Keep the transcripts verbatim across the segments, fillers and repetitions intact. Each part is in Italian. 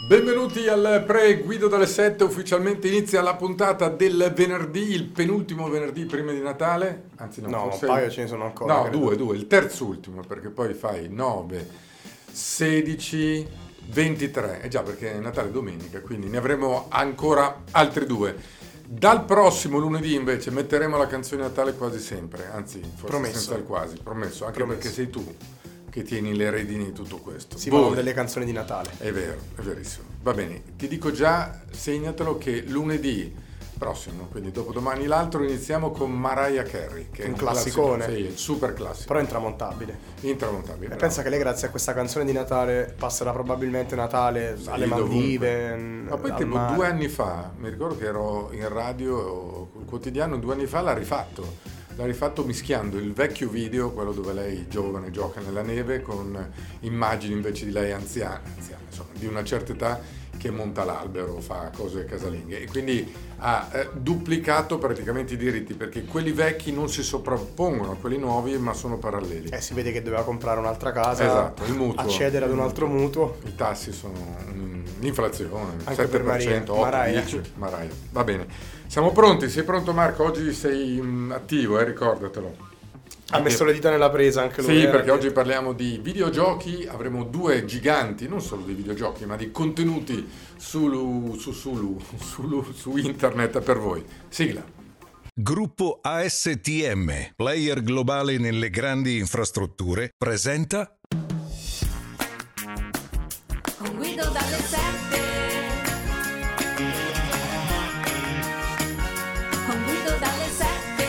Benvenuti al pre-Guido dalle sette, ufficialmente inizia la puntata del venerdì, il penultimo venerdì prima di Natale, anzi no, no forse un paio ce ne sono ancora. No, credo. due, due, il terzultimo, perché poi fai nove, sedici, ventitré, eh già perché è Natale domenica, quindi ne avremo ancora altri due. Dal prossimo lunedì invece metteremo la canzone di Natale quasi sempre, anzi forse Promesso. senza il quasi, promesso, anche Promesso. perché sei tu che tieni le redini di tutto questo. Si Voi. fanno delle canzoni di Natale. È vero, è verissimo. Va bene, ti dico già, segnatelo che lunedì prossimo, quindi dopodomani l'altro, iniziamo con Mariah Carey, che è Un un classicone. classico, sì, il super classico. Però è intramontabile. Intramontabile. E bravo. pensa che lei grazie a questa canzone di Natale passerà probabilmente Natale Sì, alle dovunque. Maldive. Ma poi al tipo mare. due anni fa, mi ricordo che ero in radio col quotidiano, due anni fa l'ha rifatto. L'ha rifatto mischiando il vecchio video, quello dove lei giovane gioca nella neve, con immagini invece di lei anziana, anziana insomma, di una certa età, che monta l'albero, fa cose casalinghe, e quindi ha eh, duplicato praticamente i diritti, perché quelli vecchi non si sovrappongono a quelli nuovi, ma sono paralleli. Eh, si vede che doveva comprare un'altra casa, Esatto, il mutuo. accedere ad un altro mutuo. I tassi sono mm, l'inflazione, Anche sette per cento, per Maria. otto, dieci, Mariah. Va bene. Siamo pronti? Sei pronto Marco? Oggi sei mm, attivo, eh, ricordatelo. Ha messo le dita nella presa anche lui. Sì, eh, perché oggi parliamo di videogiochi, avremo due giganti, non solo di videogiochi, ma di contenuti su, su, su, su, su internet per voi. Sigla. Gruppo A S T M, player globale nelle grandi infrastrutture, presenta Con Guido dalle sette. Con Guido dalle sette.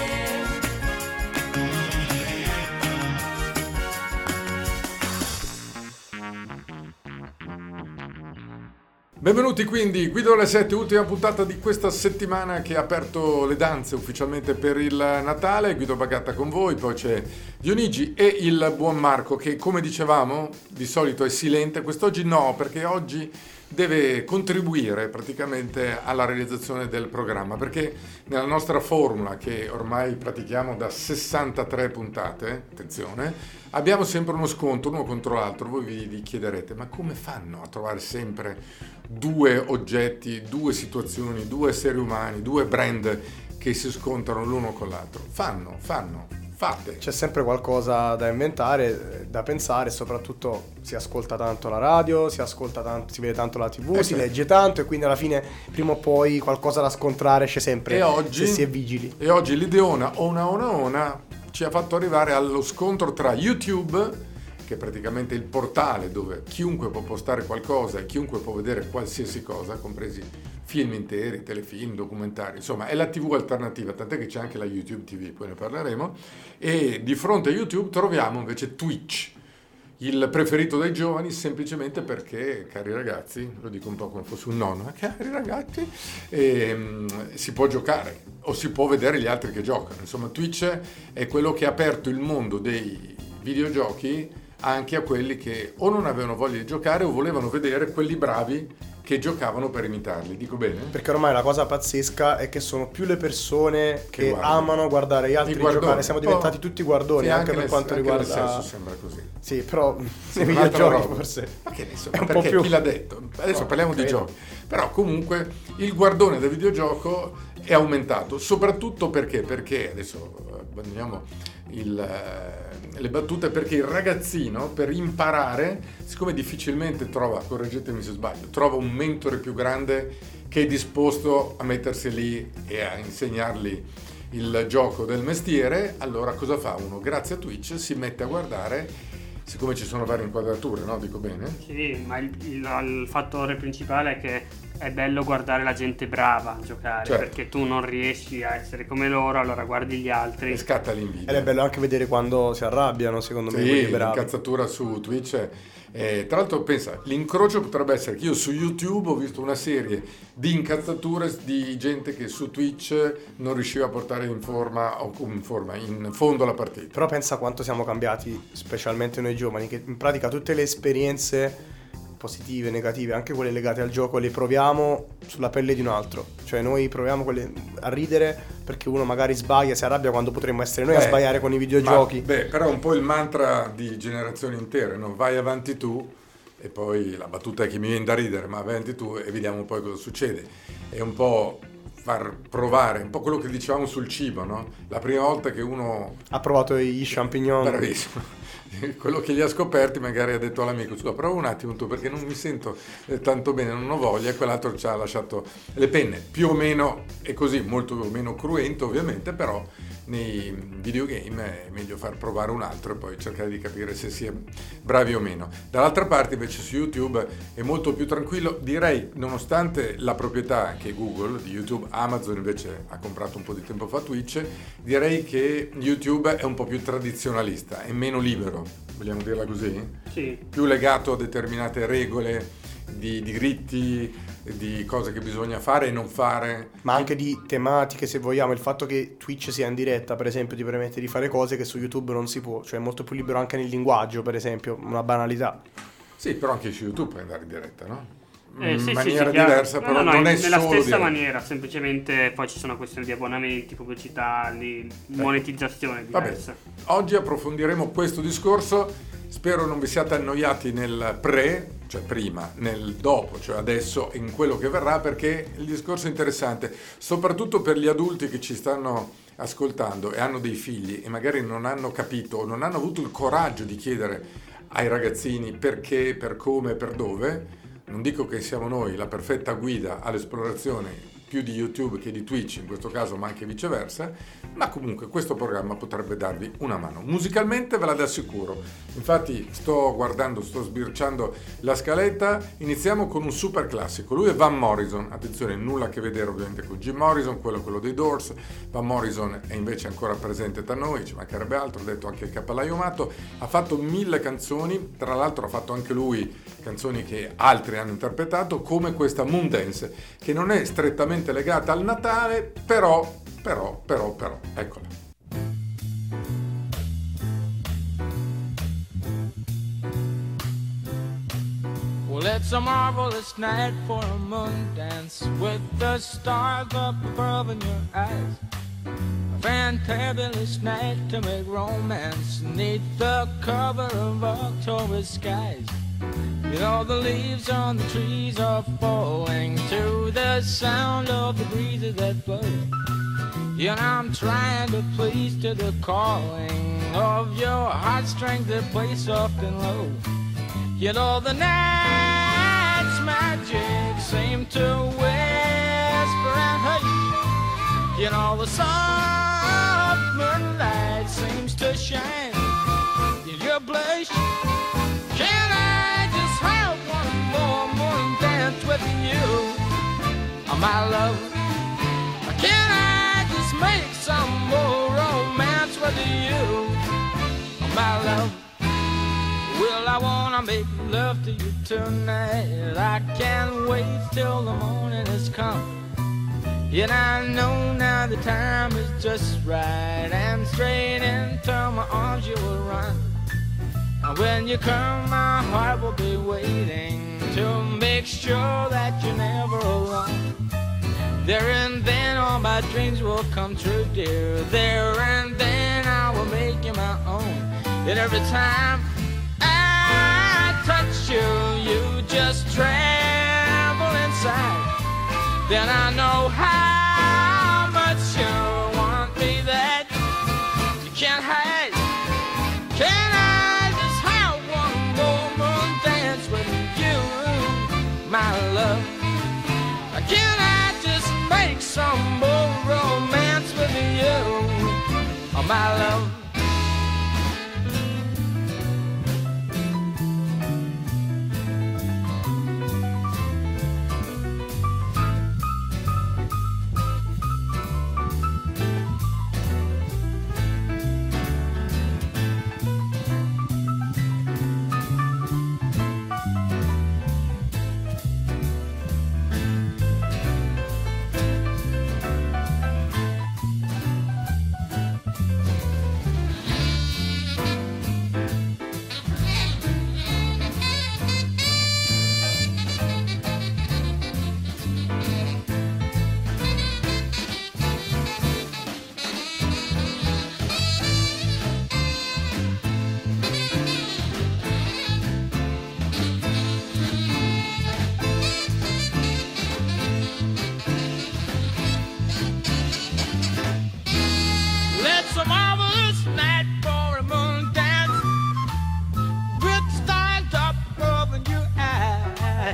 Benvenuti quindi, Guido alle sette, ultima puntata di questa settimana che ha aperto le danze ufficialmente per il Natale. Guido Bagatta con voi, poi c'è Dionigi e il buon Marco che, come dicevamo, di solito è silente, quest'oggi no, perché oggi deve contribuire praticamente alla realizzazione del programma, perché nella nostra formula che ormai pratichiamo da sessantatré puntate, attenzione, abbiamo sempre uno scontro uno contro l'altro. Voi vi, vi chiederete, ma come fanno a trovare sempre due oggetti, due situazioni, due esseri umani, due brand che si scontrano l'uno con l'altro? Fanno, fanno, fate. C'è sempre qualcosa da inventare, da pensare, soprattutto si ascolta tanto la radio, si ascolta tanto, si vede tanto la tivù, Eh si sì. legge tanto e quindi alla fine prima o poi qualcosa da scontrare c'è sempre, E oggi, se si è vigili. e oggi l'ideona Ona Ona Ona ci ha fatto arrivare allo scontro tra YouTube, che è praticamente il portale dove chiunque può postare qualcosa e chiunque può vedere qualsiasi cosa, compresi film interi, telefilm, documentari, insomma è la tivù alternativa, tant'è che c'è anche la YouTube T V, poi ne parleremo, e di fronte a YouTube troviamo invece Twitch, il preferito dai giovani, semplicemente perché, cari ragazzi, lo dico un po' come fosse un nonno, eh, cari ragazzi, ehm, si può giocare o si può vedere gli altri che giocano. Insomma, Twitch è quello che ha aperto il mondo dei videogiochi anche a quelli che o non avevano voglia di giocare o volevano vedere quelli bravi che giocavano per imitarli. Dico bene? Perché ormai la cosa pazzesca è che sono più le persone Che che, guardano. amano guardare gli altri I guardoni. giocare, siamo diventati Oh, tutti guardoni, sì, anche, per nel- quanto anche riguarda nel sesso sembra così. Sì, però Sì, nei un'altra videogiochi roba. forse Ma che ne so, è un po' perché più chi l'ha detto? Adesso No, parliamo di credo. giochi. Però comunque il guardone del videogioco è aumentato, soprattutto perché, perché adesso abbandoniamo il, eh, le battute, perché il ragazzino per imparare, siccome difficilmente trova, correggetemi se sbaglio, trova un mentore più grande che è disposto a mettersi lì e a insegnargli il gioco del mestiere, allora cosa fa uno? Grazie a Twitch si mette a guardare, siccome ci sono varie inquadrature, no? Dico bene? Sì, ma il, il- il fattore principale è che è bello guardare la gente brava a giocare, Certo. perché tu non riesci a essere come loro, allora guardi gli altri. E scatta l'invidia. ed è bello anche vedere quando si arrabbiano, secondo me, Sì, quelli bravi. l'incazzatura su Twitch. Eh, tra l'altro pensa, l'incrocio potrebbe essere che io su YouTube ho visto una serie di incazzature di gente che su Twitch non riusciva a portare in forma o in forma in fondo la partita. Però pensa quanto siamo cambiati, specialmente noi giovani, che in pratica tutte le esperienze positive, negative, anche quelle legate al gioco, le proviamo sulla pelle di un altro. Cioè noi proviamo quelle a ridere perché uno magari sbaglia, si arrabbia, quando potremmo essere noi Beh, a sbagliare con i videogiochi. Ma, beh, però è un po' il mantra di generazioni intere, no? Vai avanti tu e poi la battuta è che mi viene da ridere, ma avanti tu e vediamo poi cosa succede. È un po' far provare, un po' quello che dicevamo sul cibo, no? La prima volta che uno ha provato gli champignon, bravissimo, quello che li ha scoperti magari ha detto all'amico: scusa, prova un attimo tu perché non mi sento eh, tanto bene, non ho voglia, e quell'altro ci ha lasciato le penne. Più o meno è così, molto meno cruento ovviamente, però nei videogame è meglio far provare un altro e poi cercare di capire se si è bravi o meno. Dall'altra parte invece su YouTube è molto più tranquillo, direi, nonostante la proprietà che Google di YouTube, Amazon invece ha comprato un po' di tempo fa Twitch, direi che YouTube è un po' più tradizionalista, è meno libero, vogliamo dirla così? Sì. Più legato a determinate regole, di diritti, di cose che bisogna fare e non fare, ma anche di tematiche, se vogliamo. Il fatto che Twitch sia in diretta, per esempio, ti permette di fare cose che su YouTube non si può, cioè è molto più libero anche nel linguaggio, per esempio, una banalità. Sì, però anche su YouTube puoi andare in diretta, no? Eh, in sì, maniera sì, sì, diversa, no, però no, non no, è nella solo stessa diretta. maniera, semplicemente poi ci sono questioni di abbonamenti, pubblicità, di monetizzazione diversa. Vabbè, oggi approfondiremo questo discorso. Spero non vi siate annoiati nel pre, cioè prima, nel dopo, cioè adesso, in quello che verrà, perché il discorso è interessante, soprattutto per gli adulti che ci stanno ascoltando e hanno dei figli e magari non hanno capito o non hanno avuto il coraggio di chiedere ai ragazzini perché, per come, per dove. Non dico che siamo noi la perfetta guida all'esplorazione più di YouTube che di Twitch in questo caso, ma anche viceversa, ma comunque questo programma potrebbe darvi una mano. Musicalmente ve la assicuro, infatti sto guardando, sto sbirciando la scaletta, iniziamo con un super classico, lui è Van Morrison, attenzione, nulla a che vedere ovviamente con Jim Morrison, quello quello dei Doors. Van Morrison è invece ancora presente tra noi, ci mancherebbe altro, ho detto anche il cappelaio matto, ha fatto mille canzoni, tra l'altro ha fatto anche lui canzoni che altri hanno interpretato, come questa Moondance, che non è strettamente legata al Natale, però, però, però, però, eccola. Well, it's a marvelous night for a moon dance with the stars up above in your eyes. A fantabulous night to make romance neath the cover of October skies. You know the leaves on the trees are falling to the sound of the breezes that blow. You know I'm trying to please to the calling of your heartstrings that play soft and low. You know the night's magic seems to whisper and hush. You know the soft moonlight seems to shine in your blush. Can I just have one more morning dance with you, oh, my love? Can I just make some more romance with you, oh, my love? Well, I wanna make love to you tonight. I can't wait till the morning has come. Yet I know now the time is just right, and straight into my arms you will run. And when you come, my heart will be waiting to make sure that you're never alone. There and then all my dreams will come true, dear. There and then I will make you my own. And every time I touch you, you just tremble inside. Then I know how much you want me that you can't hide. Can I just have one more moon dance with you, my love? Can I just make some more romance with you, oh, my love?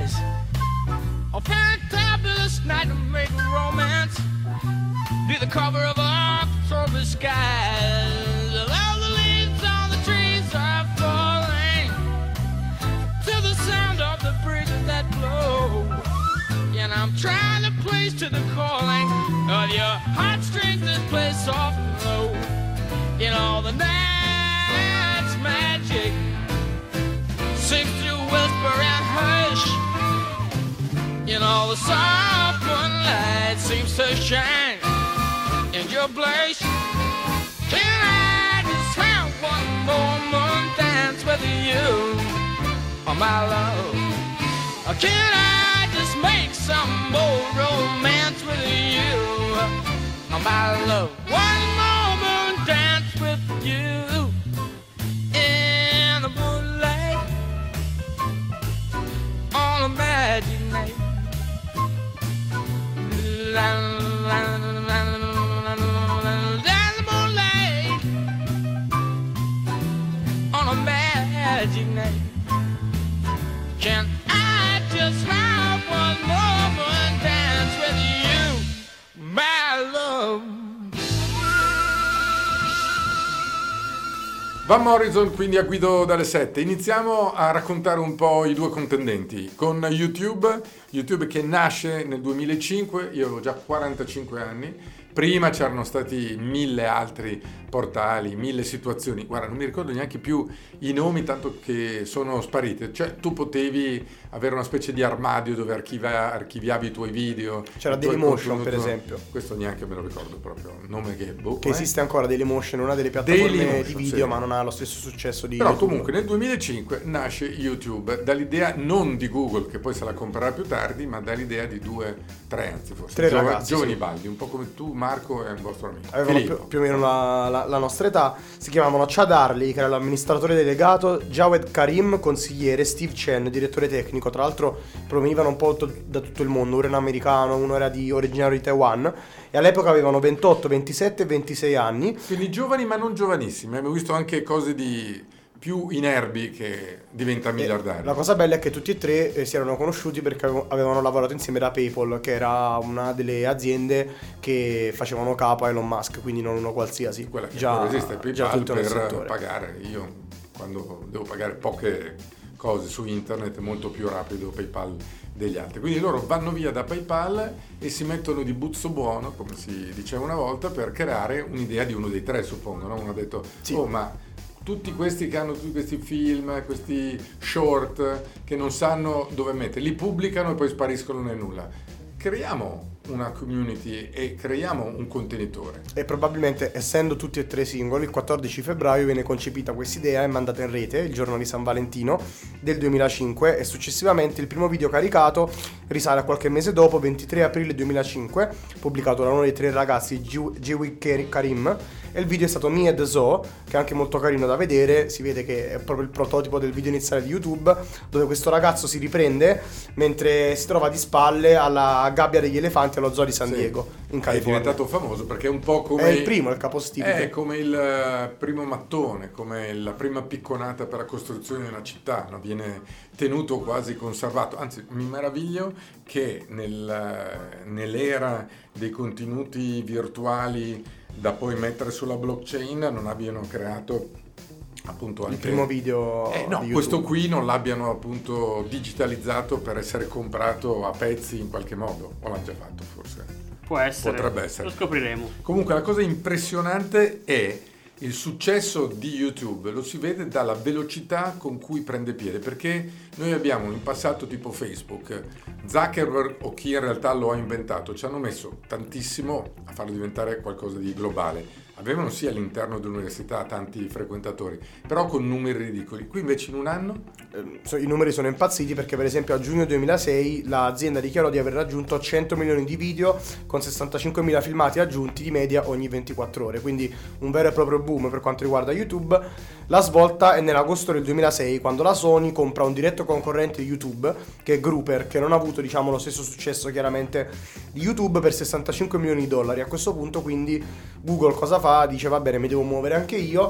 eyes. A fantabulous night to make romance. Be the cover of October skies. All the leaves on the trees are falling to the sound of the breezes that blow. And I'm trying to place to the calling of your heartstrings that play soft and low. In all the night's magic sings through whisper and hush. In all the soft moonlight seems to shine in your place. Can I just have one more moon dance with you, oh my love? Or can I just make some more romance with you, oh my love? One more moon dance with you in the moonlight on a magic night. La, la, la, la, la, on a magic night. Can I just have one moment dance with you, my love? Van Morrison quindi a Guido dalle sette. Iniziamo a raccontare un po' i due contendenti con YouTube. YouTube che nasce nel duemilacinque, io avevo già quarantacinque anni. Prima c'erano stati mille altri portali, mille situazioni. Guarda, non mi ricordo neanche più i nomi, tanto che sono sparite. Cioè, tu potevi avere una specie di armadio dove archiva, archiviavi i tuoi video. C'era Dailymotion, per esempio. Questo neanche me lo ricordo proprio. Un nome che... Boh, che eh? esiste ancora, Dailymotion, una delle piattaforme Dailymotion, di video, sì. ma non ha lo stesso successo di Però YouTube. comunque nel duemilacinque nasce YouTube dall'idea non di Google, che poi se la comprerà più tardi, ma dall'idea di due, tre anzi forse. Tre Giova, ragazzi, giovani sì. baldi, un po' come tu, Marco, e un vostro amico. Avevano Filippo. più, più o meno la, la, la nostra età. Si chiamavano Chad Hurley, che era l'amministratore delegato, Jawed Karim, consigliere, Steve Chen, direttore tecnico. Tra l'altro provenivano un po' to- da tutto il mondo. Uno era americano, uno era di originario di Taiwan. E all'epoca avevano ventotto, ventisette e ventisei anni. Quindi giovani ma non giovanissimi. Abbiamo visto anche cose di più inerbi che diventa miliardario. La cosa bella è che tutti e tre eh, si erano conosciuti perché avevo- avevano lavorato insieme da PayPal, che era una delle aziende che facevano capo a Elon Musk, quindi non uno qualsiasi. Quella che già, ancora esiste, già PayPal, tutto nel per settore. pagare. Io quando devo pagare poche cose su internet è molto più rapido PayPal degli altri. Quindi loro vanno via da PayPal e si mettono di buzzo buono, come si diceva una volta, per creare un'idea di uno dei tre, suppongo, no? Uno ha detto, Sì. oh ma tutti questi che hanno tutti questi film, questi short che non sanno dove mettere, li pubblicano e poi spariscono nel nulla. Creiamo una community e creiamo un contenitore. E probabilmente, essendo tutti e tre singoli, il quattordici febbraio viene concepita quest'idea e mandata in rete il giorno di San Valentino del duemilacinque, e successivamente il primo video caricato risale a qualche mese dopo, ventitré aprile duemilacinque, pubblicato da uno dei tre ragazzi, Jawed Karim. E il video è stato Me and Zoe, che è anche molto carino da vedere. Si vede che è proprio il prototipo del video iniziale di YouTube, dove questo ragazzo si riprende mentre si trova di spalle alla gabbia degli elefanti allo zoo di San Sì. Diego, in È California. diventato famoso perché è un po' come È il primo, il capostipite. È come il eh, primo mattone, come la prima picconata per la costruzione di una città, no? Viene tenuto quasi conservato. Anzi, mi meraviglio che nel, eh, nell'era dei contenuti virtuali da poi mettere sulla blockchain non abbiano creato appunto anche Il primo video eh, no, di YouTube. questo qui non l'abbiano appunto digitalizzato per essere comprato a pezzi in qualche modo, o l'hanno già fatto forse. Può essere. Potrebbe essere. Lo scopriremo. Comunque la cosa impressionante è il successo di YouTube, lo si vede dalla velocità con cui prende piede, perché noi abbiamo in passato tipo Facebook, Zuckerberg o chi in realtà lo ha inventato, ci hanno messo tantissimo a farlo diventare qualcosa di globale. Avevano sì all'interno dell'università tanti frequentatori, però con numeri ridicoli. Qui invece in un anno Eh, so- I numeri sono impazziti perché per esempio a giugno duemilasei l'azienda dichiarò di aver raggiunto cento milioni di video con sessantacinquemila filmati aggiunti di media ogni ventiquattro ore, quindi un vero e proprio boom per quanto riguarda YouTube. La svolta è nell'agosto del duemilasei, quando la Sony compra un diretto concorrente di YouTube, che è Grouper, che non ha avuto diciamo lo stesso successo chiaramente di YouTube, per sessantacinque milioni di dollari. A questo punto quindi Google cosa fa? Dice va bene, mi devo muovere anche io,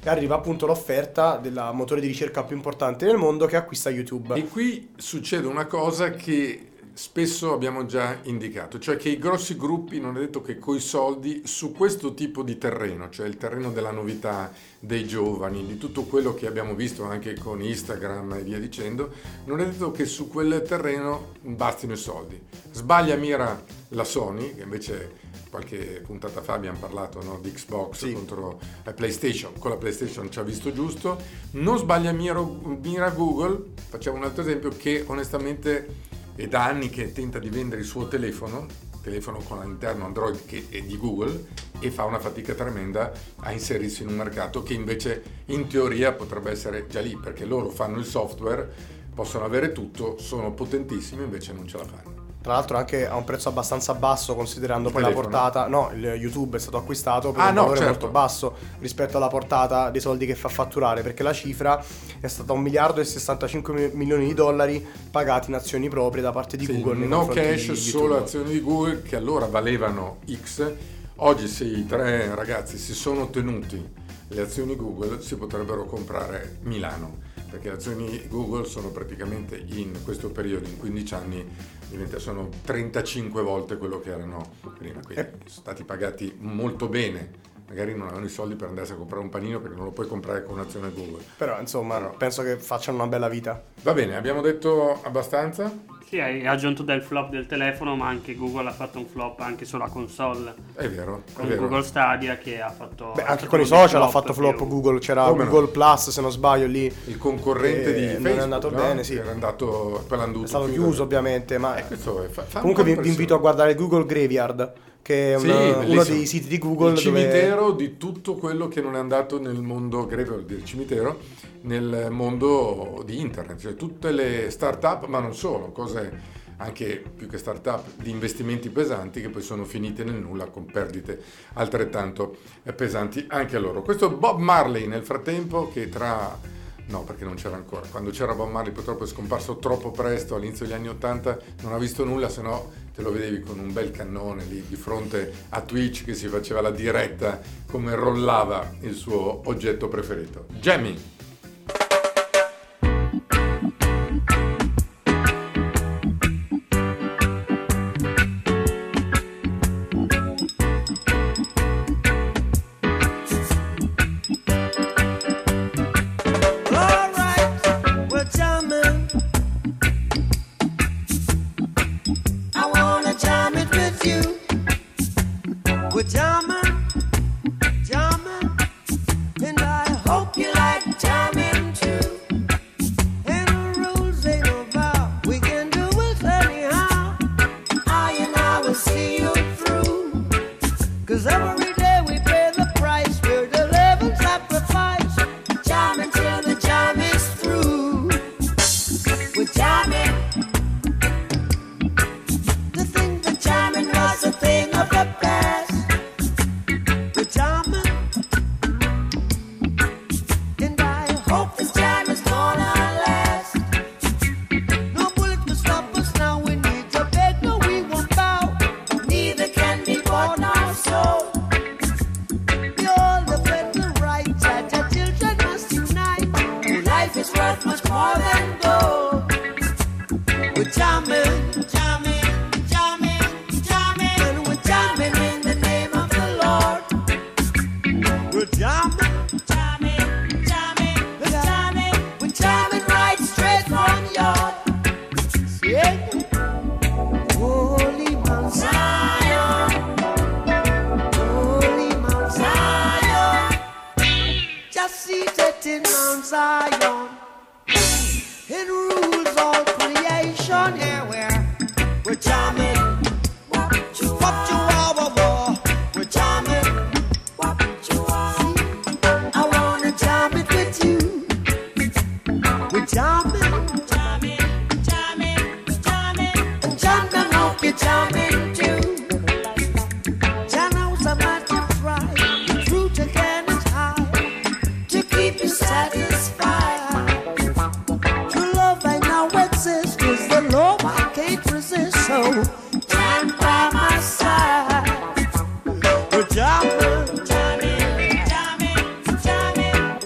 e arriva appunto l'offerta del motore di ricerca più importante del mondo che acquista YouTube. E qui succede una cosa che spesso abbiamo già indicato, cioè che i grossi gruppi, non è detto che coi soldi, su questo tipo di terreno, cioè il terreno della novità, dei giovani, di tutto quello che abbiamo visto anche con Instagram e via dicendo, non è detto che su quel terreno bastino i soldi. Sbaglia mira la Sony, che invece qualche puntata fa abbiamo parlato, no, di Xbox sì. contro la PlayStation, con la PlayStation ci ha visto giusto, non sbaglia mira, mira Google, facciamo un altro esempio, che onestamente è da anni che tenta di vendere il suo telefono, telefono con all'interno Android che è di Google, e fa una fatica tremenda a inserirsi in un mercato che invece in teoria potrebbe essere già lì, perché loro fanno il software, possono avere tutto, sono potentissimi, invece non ce la fanno. Tra l'altro anche a un prezzo abbastanza basso, considerando Il poi telefono. la portata. No, il YouTube è stato acquistato per Ah, un no, valore certo. molto basso rispetto alla portata dei soldi che fa fatturare, perché la cifra è stata un miliardo e sessantacinque milioni di dollari pagati in azioni proprie da parte di Sì, Google. nei no confronti cash, di solo YouTube. azioni di Google che allora valevano X. Oggi se i tre ragazzi si sono tenuti le azioni Google si potrebbero comprare Milano, perché le azioni Google sono praticamente in questo periodo, in quindici anni, diventa, sono trentacinque volte quello che erano prima, quindi Eh. sono stati pagati molto bene. Magari non avevano i soldi per andarsi a comprare un panino perché non lo puoi comprare con un'azione Google. Però insomma Però- penso che facciano una bella vita. Va bene, abbiamo detto abbastanza? Sì, hai aggiunto del flop del telefono, ma anche Google ha fatto un flop anche sulla console. È vero, è Con vero. Google Stadia che ha fatto... Beh, anche uno con i dei social ha flop fatto flop più- Google, c'era Come no? Google Plus se non sbaglio lì. Il concorrente Eh, di non è Facebook, andato no? bene, sì. Era andato, poi l'hanno È dovuto stato chiudere. chiuso ovviamente, ma Eh, questo è- fa- fa un comunque po' vi, vi impressione. invito a guardare Google Graveyard, che è Sì, una- uno bellissimo. dei siti di Google il dove cimitero di tutto quello che non è andato nel mondo greve del cimitero, nel mondo di internet, cioè tutte le start-up, ma non solo, cose anche più che start-up di investimenti pesanti che poi sono finite nel nulla con perdite altrettanto eh, pesanti anche a loro. Questo Bob Marley nel frattempo, che tra no, perché non c'era ancora. Quando c'era Bob Marley purtroppo è scomparso troppo presto, all'inizio degli anni ottanta, non ha visto nulla, se no te lo vedevi con un bel cannone lì di fronte a Twitch che si faceva la diretta come rollava il suo oggetto preferito. Jamie. All right, we're jamming. I wanna jam it with you. We're jamming, jamming, and I hope you like jamming too. And the rules ain't about we can do it anyhow. I and I will see you through. 'Cause every day we pay the price. We're the living sacrifice. Jamming till the jam is through. We're jamming. To think that jamming was a thing of the past. We're jamming. And I hope this jam is gonna last. No bullet will stop us now. We need to beg, no, we won't bow. Neither can be bought nor sold. We all defend the right. That the children must unite. Life is worth much more than gold. We're jamming, jamming, jamming, jamming, and we're jamming in the name of the Lord. We're jamming, jamming, jamming, we're jamming, we're jamming right straight from your yeah. Holy Mount Zion, Holy Mount Zion, just seated in Mount Zion. It rules all creation. Yeah, we're we're jamming. What you are, we're jamming. What you are. I wanna jam it with you. We're jamming, jamming, jamming, jamming. And jam and hope you're jamming too. Jam knows I'm at your pride. The truth again is high. To keep you satisfied. True love I now exist is the love I can't resist. So stand by my side. We're jamming, jamming, jamming, jamming,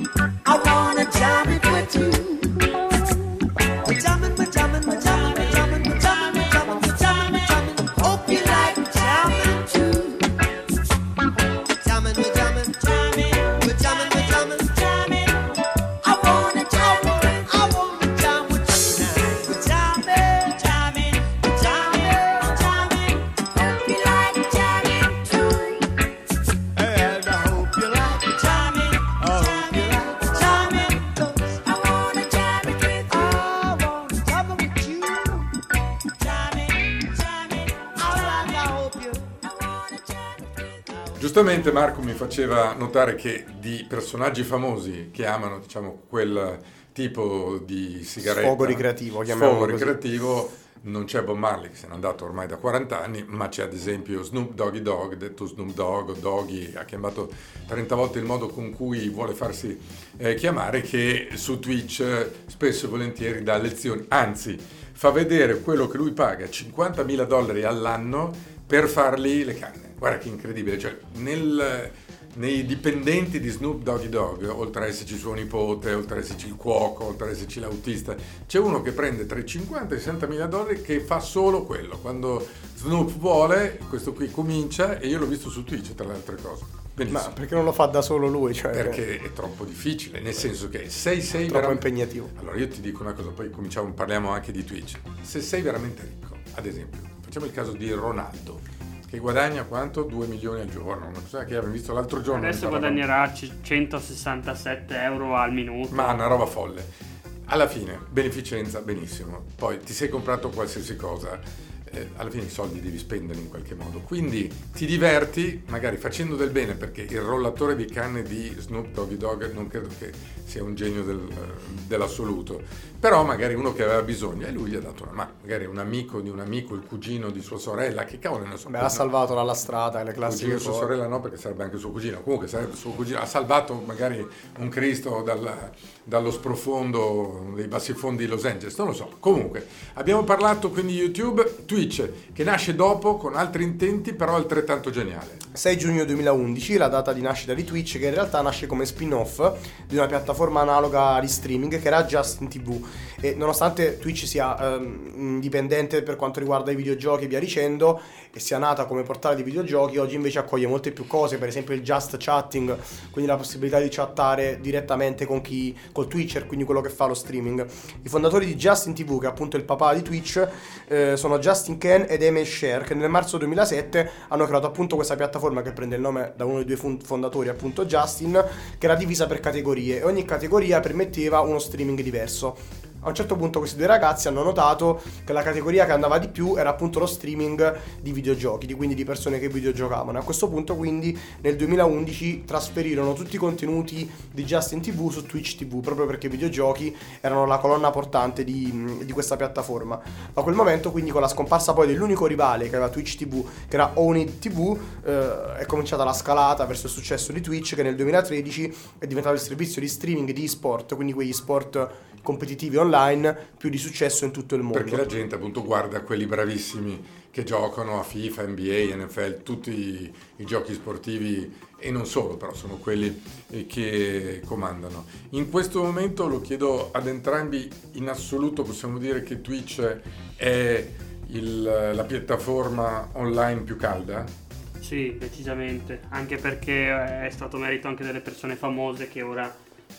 Giustamente Marco mi faceva notare che di personaggi famosi che amano, diciamo, quel tipo di sigaretta, Sfogo ricreativo, sfogo chiamiamolo così. ricreativo, non c'è Bob Marley, che se n'è andato ormai da quaranta anni, ma c'è ad esempio Snoop Doggy Dogg, detto Snoop Dogg o Doggy, ha chiamato trenta volte il modo con cui vuole farsi eh, chiamare, che su Twitch eh, spesso e volentieri dà lezioni, anzi fa vedere quello che lui paga, cinquantamila dollari all'anno per fargli le canne. Guarda che incredibile, cioè nel, nei dipendenti di Snoop Doggy Dogg, oltre ad esserci suo nipote, oltre ad esserci il cuoco, oltre ad esserci l'autista, c'è uno che prende tra i cinquanta e i sessantamila dollari che fa solo quello. Quando Snoop vuole, questo qui comincia, e io l'ho visto su Twitch tra le altre cose. Benissimo. Ma perché non lo fa da solo lui? Cioè, Perché è troppo difficile, nel senso che sei sei troppo veram- impegnativo. Allora io ti dico una cosa, poi cominciamo, parliamo anche di Twitch. Se sei veramente ricco, ad esempio, facciamo il caso di Ronaldo, che guadagna quanto? due milioni al giorno, una cosa che abbiamo visto l'altro giorno. Adesso guadagnerà c- centosessantasette euro al minuto. Ma una roba folle. Alla fine, beneficenza, benissimo. Poi ti sei comprato qualsiasi cosa, eh, alla fine i soldi devi spendere in qualche modo. Quindi ti diverti, magari facendo del bene, perché il rollatore di canne di Snoop Doggy Dogg non credo che sia un genio del, dell'assoluto. Però magari uno che aveva bisogno e lui gli ha dato una mano. Magari un amico di un amico, il cugino di sua sorella, che cavolo ne so. Beh, ha salvato dalla strada, le Il classiche cugino di sua cose. sorella no, perché sarebbe anche suo cugino. Comunque sarebbe suo cugino. Ha salvato magari un Cristo dal, dallo sprofondo dei bassi fondi di Los Angeles, non lo so. Comunque abbiamo parlato quindi di YouTube, Twitch, che nasce dopo con altri intenti, però altrettanto geniale. sei giugno duemilaundici, la data di nascita di Twitch, che in realtà nasce come spin-off di una piattaforma analoga di streaming che era Justin ti vu. E nonostante Twitch sia ehm, indipendente per quanto riguarda i videogiochi e via dicendo, e sia nata come portale di videogiochi, oggi invece accoglie molte più cose, per esempio il just chatting, quindi la possibilità di chattare direttamente con chi, col Twitcher, quindi quello che fa lo streaming. I fondatori di Justin ti vu, che è appunto il papà di Twitch, eh, sono Justin Ken ed Amy Sher, che nel marzo duemilasette hanno creato appunto questa piattaforma che prende il nome da uno dei due fondatori, appunto Justin, che era divisa per categorie e ogni categoria permetteva uno streaming diverso. A un certo punto questi due ragazzi hanno notato che la categoria che andava di più era appunto lo streaming di videogiochi, di quindi di persone che videogiocavano. A questo punto quindi nel duemilaundici trasferirono tutti i contenuti di Justin ti vu su Twitch ti vu, proprio perché i videogiochi erano la colonna portante di, di questa piattaforma. Da quel momento, quindi, con la scomparsa poi dell'unico rivale che aveva Twitch ti vu, che era Ownit ti vu, eh, è cominciata la scalata verso il successo di Twitch, che nel duemilatredici è diventato il servizio di streaming di e-sport, quindi quegli sport competitivi online più di successo in tutto il mondo. Perché la gente appunto guarda quelli bravissimi che giocano a FIFA, N B A, N F L, tutti i, i giochi sportivi e non solo, però sono quelli che comandano. In questo momento lo chiedo ad entrambi, in assoluto possiamo dire che Twitch è il, la piattaforma online più calda? Sì, decisamente, anche perché è stato merito anche delle persone famose che ora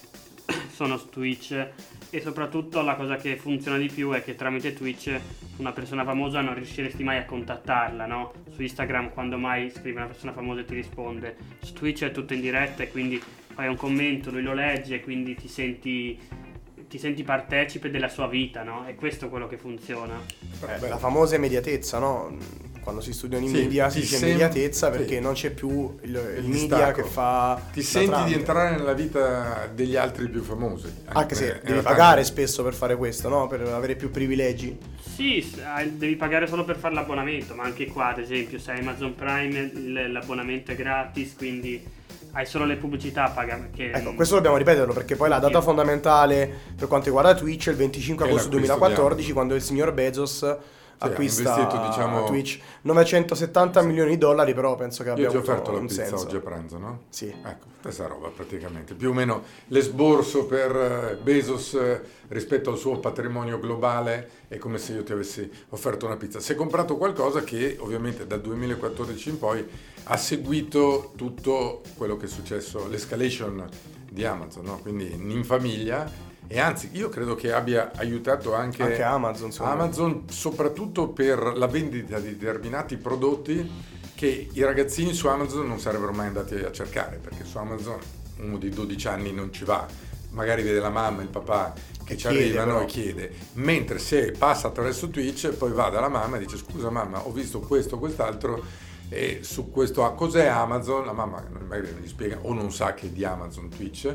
sono su Twitch. E soprattutto la cosa che funziona di più è che tramite Twitch una persona famosa non riusciresti mai a contattarla, no? Su Instagram quando mai scrive una persona famosa e ti risponde. Su Twitch è tutto in diretta e quindi fai un commento, lui lo legge e quindi ti senti, ti senti partecipe della sua vita, no? E questo è quello che funziona. Eh, la famosa immediatezza, no? Quando si studiano i Sì, media ti si dice sem- immediatezza perché sì. non c'è più il, il Il media distacco. che fa Ti da senti tramite. di entrare nella vita degli altri più famosi. Anche se Eh, devi era pagare tanto. spesso per fare questo, no? Per avere più privilegi. Sì, s- hai- devi pagare solo per fare l'abbonamento, ma anche qua ad esempio se hai Amazon Prime il- l'abbonamento è gratis, quindi hai solo le pubblicità a pagare. Che, Ecco, questo dobbiamo ripeterlo perché poi la data Sì. fondamentale per quanto riguarda Twitch è il venticinque È agosto l'acquisto duemilaquattordici, di quando il signor Bezos ha acquista investito, diciamo- Twitch novecentosettanta milioni di dollari, però penso che Io abbia ti ho avuto offerto la un pizza senso. oggi a pranzo, no? Sì. Ecco, stessa roba praticamente. Più o meno l'esborso per eh, Bezos eh, rispetto al suo patrimonio globale è come se io ti avessi offerto una pizza. Si è comprato qualcosa che ovviamente dal duemilaquattordici in poi ha seguito tutto quello che è successo, l'escalation di Amazon, no? Quindi in famiglia. E anzi, io credo che abbia aiutato anche, Anche Amazon, insomma. Amazon, soprattutto per la vendita di determinati prodotti che i ragazzini su Amazon non sarebbero mai andati a cercare, perché su Amazon uno di dodici anni non ci va, magari vede la mamma e il papà che ci chiede, arrivano però. e chiede, mentre se passa attraverso Twitch poi va dalla mamma e dice: scusa mamma, ho visto questo o quest'altro, E su questo, ah, cos'è Amazon? La mamma magari non gli spiega o non sa che è di Amazon Twitch.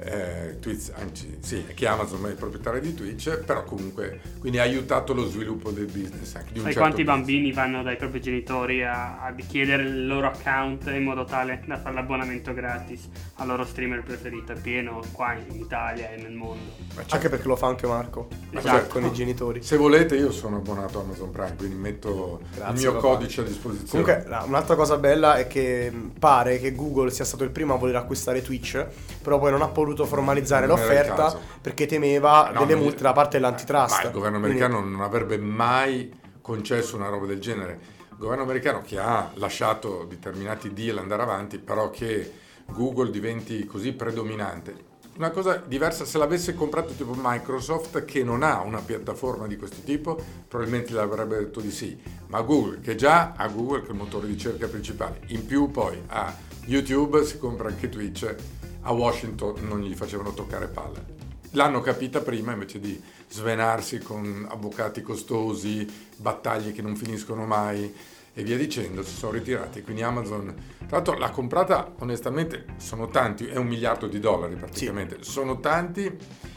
Eh, Twitch, anzi, sì, che Amazon è il proprietario di Twitch, però comunque quindi ha aiutato lo sviluppo del business anche di un Sai certo quanti business. bambini vanno dai propri genitori a, a chiedere il loro account in modo tale da fare l'abbonamento gratis al loro streamer preferito? È pieno qua in Italia e nel mondo. Ma certo. Anche perché lo fa anche Marco, Esatto. con i genitori. Se volete io sono abbonato a Amazon Prime, quindi metto Grazie, il mio papà. codice a disposizione. Comunque no, un'altra cosa bella è che mh, pare che Google sia stato il primo a voler acquistare Twitch, però poi non ha voluto formalizzare Non era il l'offerta caso. perché temeva No, delle non- multe da parte dell'antitrust. Ma il governo Quindi- americano non avrebbe mai concesso una roba del genere. Il governo americano che ha lasciato determinati deal andare avanti, però che Google diventi così predominante. Una cosa diversa, se l'avesse comprato tipo Microsoft, che non ha una piattaforma di questo tipo, probabilmente l'avrebbe detto di sì. Ma Google, che già ha Google, che è il motore di ricerca principale, in più poi ha YouTube, si compra anche Twitch, a Washington non gli facevano toccare palle. L'hanno capita prima, invece di svenarsi con avvocati costosi, battaglie che non finiscono mai e via dicendo, si sono ritirati. Quindi Amazon, tra l'altro l'ha comprata, onestamente sono tanti, è un miliardo di dollari praticamente, sono tanti,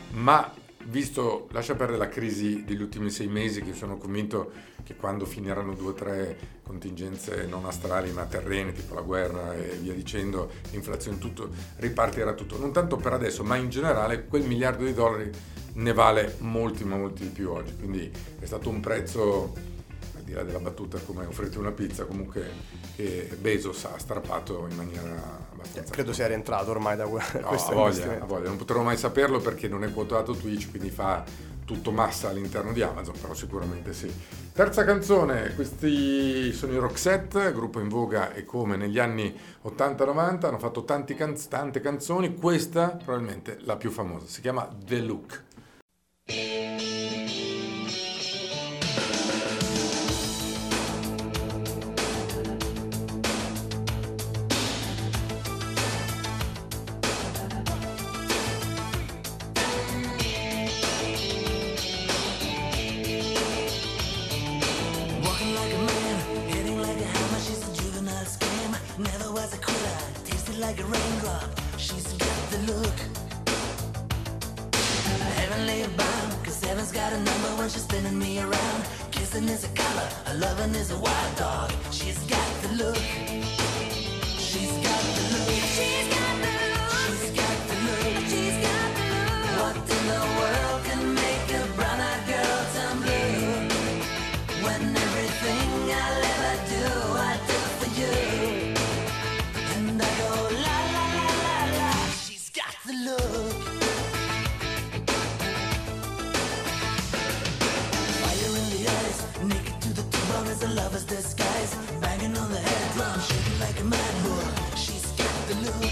ma visto, lascia perdere la crisi degli ultimi sei mesi, che sono convinto che quando finiranno due o tre contingenze non astrali ma terrene, tipo la guerra e via dicendo, l'inflazione, tutto, ripartirà tutto. Non tanto per adesso, ma in generale quel miliardo di dollari ne vale molti, ma molti di più oggi. Quindi è stato un prezzo, al di là della battuta come offrite una pizza, comunque che Bezos ha strappato in maniera abbastanza... Credo sia rientrato ormai da que- No, questo a voglia, investimento. a voglia, non potrò mai saperlo perché non è quotato Twitch, quindi fa tutto massa all'interno di Amazon, però sicuramente sì. Terza canzone, questi sono i Roxette, gruppo in voga e come negli anni ottanta novanta, hanno fatto tanti canz- tante canzoni, questa probabilmente la più famosa, si chiama The Look. Walking like a man, hitting like a hammer. She's a juvenile scam. Never was a quitter, tasted like a raindrop. She's got the look. Heavenly bound, cause heaven's got a number when she's spinning me around. Kissing is a color, a loving is a wild dog. She's got the look. She's got the look. She's got the look. She's got the look. She's got the look. What in the world can make a brown-eyed girl turn blue? When everything I'll ever do, I do for you. And I go la la la la la. She's got the look. Fire in the eyes, naked to the tumor as a lover's disguise. Banging on the head drum, shaking like a mad bull. She's got the look.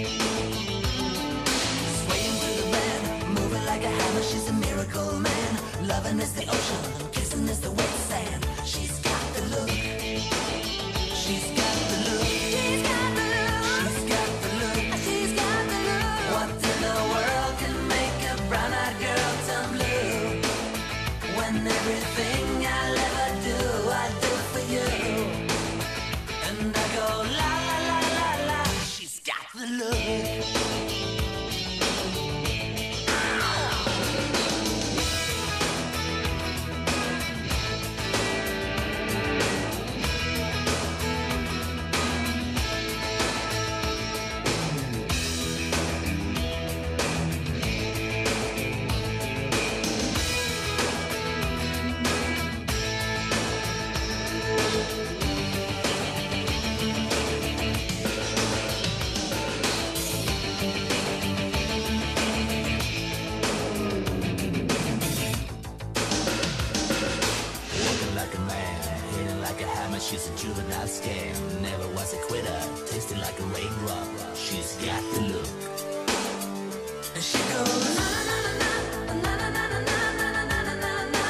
Swaying through the band, moving like a hammer. She's a miracle man. Loving is the ocean, kissing is the wet sand. She's got the look. She's got the look. She's got the look. She's got the look. She's got the look. What in the world can make a brown-eyed girl turn blue? When everything I'll ever do, I do for you. And I go la la la la la. She's got the look. Walking like a man, hitting like a hammer. She's a juvenile scam. Never was a quitter, tasting like a raindrop. She's got the look. And she goes na na na na na na na na na na na na na.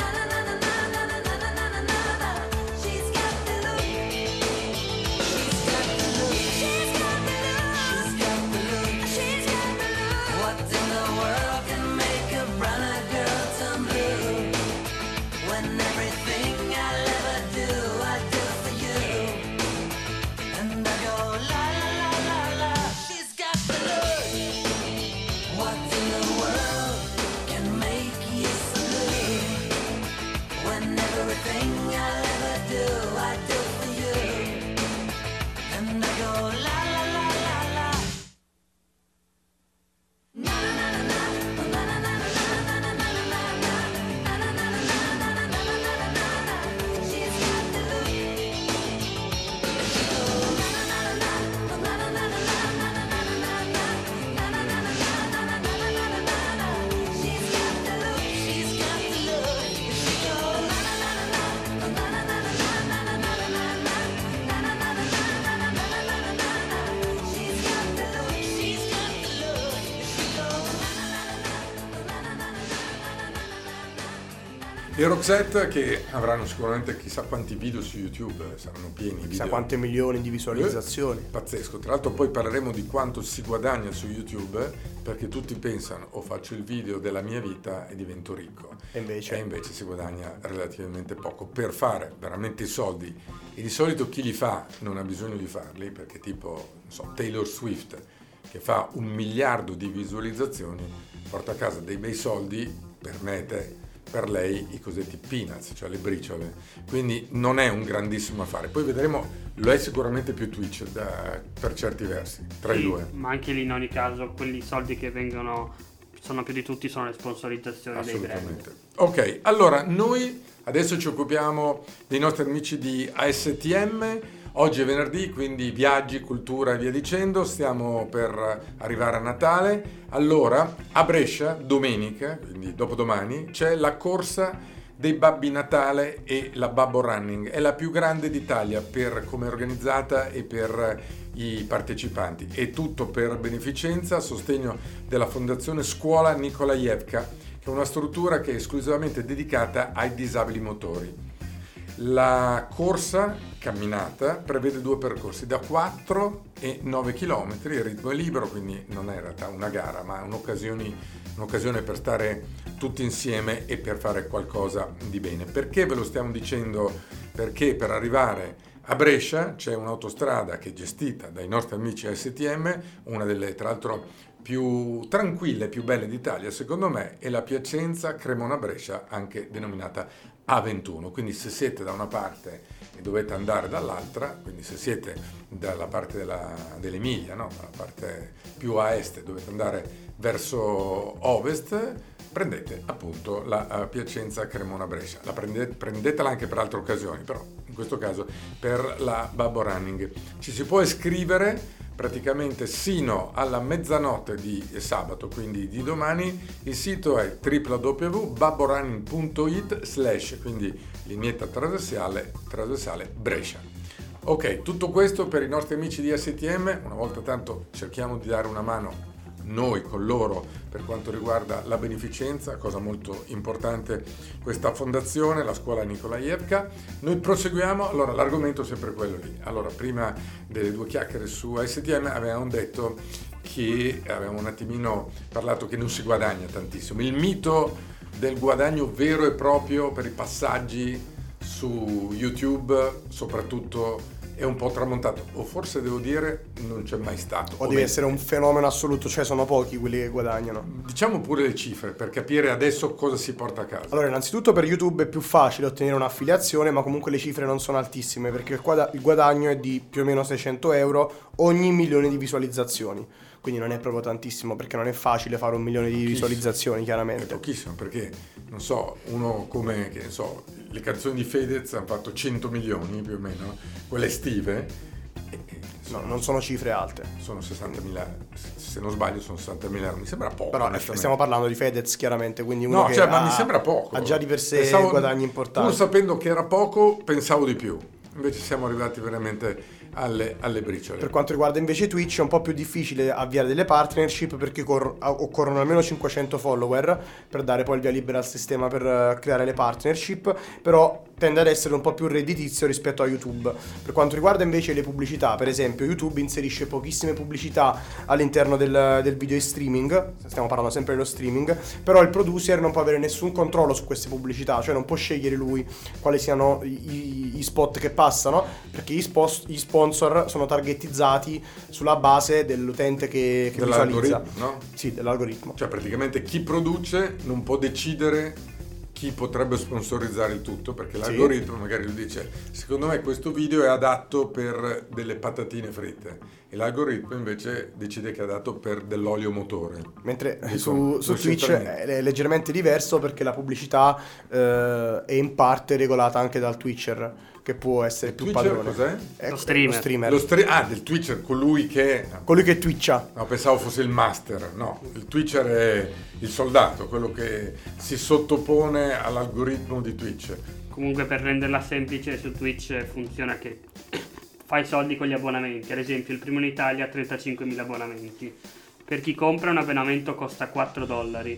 She's got the look. She's got the look. She's got the look. She's got the look. She's got the look. What in the world can make a brown-eyed girl turn blue? When everything I'll ever do, I do for you. E Roxette che avranno sicuramente chissà quanti video su YouTube, saranno pieni di Chissà video. quante milioni di visualizzazioni. Eh, pazzesco. Tra l'altro poi parleremo di quanto si guadagna su YouTube, perché tutti pensano o faccio il video della mia vita e divento ricco. E invece? E invece si guadagna relativamente poco. Per fare veramente i soldi, e di solito chi li fa non ha bisogno di farli, perché tipo, non so, Taylor Swift, che fa un miliardo di visualizzazioni, porta a casa dei bei soldi, per me e te, per lei i cosiddetti peanuts, cioè le briciole, quindi non è un grandissimo affare. Poi vedremo, lo è sicuramente più Twitch da, per certi versi, tra Sì, i due. ma anche lì in ogni caso quelli soldi che vengono, sono più di tutti, sono le sponsorizzazioni dei brand. Assolutamente. Ok, allora noi adesso ci occupiamo dei nostri amici di A S T M. Oggi è venerdì, quindi viaggi, cultura e via dicendo, stiamo per arrivare a Natale. Allora, a Brescia, domenica, quindi dopodomani, c'è la corsa dei Babbi Natale e la Babbo Running. È la più grande d'Italia per come è organizzata e per i partecipanti. È tutto per beneficenza, a sostegno della Fondazione Scuola Nikolajevka, che è una struttura che è esclusivamente dedicata ai disabili motori. La corsa camminata prevede due percorsi da quattro e nove chilometri, il ritmo è libero, quindi non è in realtà una gara, ma un'occasione, un'occasione per stare tutti insieme e per fare qualcosa di bene. Perché ve lo stiamo dicendo? Perché per arrivare a Brescia c'è un'autostrada che è gestita dai nostri amici A S T M, una delle tra l'altro più tranquille e più belle d'Italia secondo me, è la Piacenza-Cremona-Brescia, anche denominata A ventuno. Quindi se siete da una parte e dovete andare dall'altra, quindi se siete dalla parte della, dell'Emilia, no? Dalla parte più a est, dovete andare verso ovest, prendete appunto la uh, Piacenza-Cremona-Brescia. La prendete, prendetela anche per altre occasioni, però in questo caso per la Babbo Running. Ci si può iscrivere praticamente sino alla mezzanotte di sabato, quindi di domani. Il sito è w w w punto babborunning punto it slash, quindi lineetta trasversale, trasversale Brescia. Ok, tutto questo per i nostri amici di A S T M. Una volta tanto cerchiamo di dare una mano noi con loro per quanto riguarda la beneficenza, cosa molto importante questa fondazione, la scuola Nikolajevka. Noi proseguiamo, allora l'argomento è sempre quello lì. Allora, prima delle due chiacchiere su A S T M avevamo detto che avevamo un attimino parlato che non si guadagna tantissimo. Il mito del guadagno vero e proprio per i passaggi su YouTube soprattutto è un po' tramontato, o forse devo dire non c'è mai stato. O deve essere un fenomeno assoluto, cioè sono pochi quelli che guadagnano. Diciamo pure le cifre per capire adesso cosa si porta a casa. Allora, innanzitutto per YouTube è più facile ottenere un'affiliazione, ma comunque le cifre non sono altissime, perché il guada- il guadagno è di più o meno seicento euro ogni milione di visualizzazioni. Quindi non è proprio tantissimo, perché non è facile fare un milione di visualizzazioni, chiaramente. È pochissimo, perché non so, uno come, che ne so, le canzoni di Fedez hanno fatto cento milioni più o meno, quelle estive. E, e no, non sono cifre alte. Sono sessantamila, se non sbaglio sono sessantamila euro, mi sembra poco. Però stiamo parlando di Fedez chiaramente, quindi uno no, che cioè, ha, ma mi sembra poco. ha già di per sé pensavo, guadagni importanti. Pur sapendo che era poco, pensavo di più. Invece siamo arrivati veramente alle, alle briciole. Per quanto riguarda invece Twitch è un po' più difficile avviare delle partnership, perché cor- occorrono almeno cinquecento follower per dare poi il via libera al sistema per uh, creare le partnership, però tende ad essere un po' più redditizio rispetto a YouTube. Per quanto riguarda invece le pubblicità, per esempio YouTube inserisce pochissime pubblicità all'interno del, del video in streaming, stiamo parlando sempre dello streaming, però il producer non può avere nessun controllo su queste pubblicità, cioè non può scegliere lui quali siano i, i spot che passano, perché gli, spot, gli sponsor sono targetizzati sulla base dell'utente che, che visualizza. No? Sì, dell'algoritmo. Cioè praticamente chi produce non può decidere chi potrebbe sponsorizzare il tutto, perché l'algoritmo sì. magari lui dice secondo me questo video è adatto per delle patatine fritte e l'algoritmo invece decide che è adatto per dell'olio motore. Mentre Dico, su, su Twitch è leggermente diverso, perché la pubblicità eh, è in parte regolata anche dal Twitcher, che può essere il più Twitcher padrone. Cos'è? Lo streamer. Lo streamer. Lo stre- ah, del Twitcher, colui che... Colui che twitcha. No, pensavo fosse il master. No, il Twitcher è il soldato, quello che si sottopone all'algoritmo di Twitch. Comunque, per renderla semplice, su Twitch funziona che fai soldi con gli abbonamenti. Ad esempio, il primo in Italia ha trentacinquemila abbonamenti. Per chi compra un abbonamento costa quattro dollari.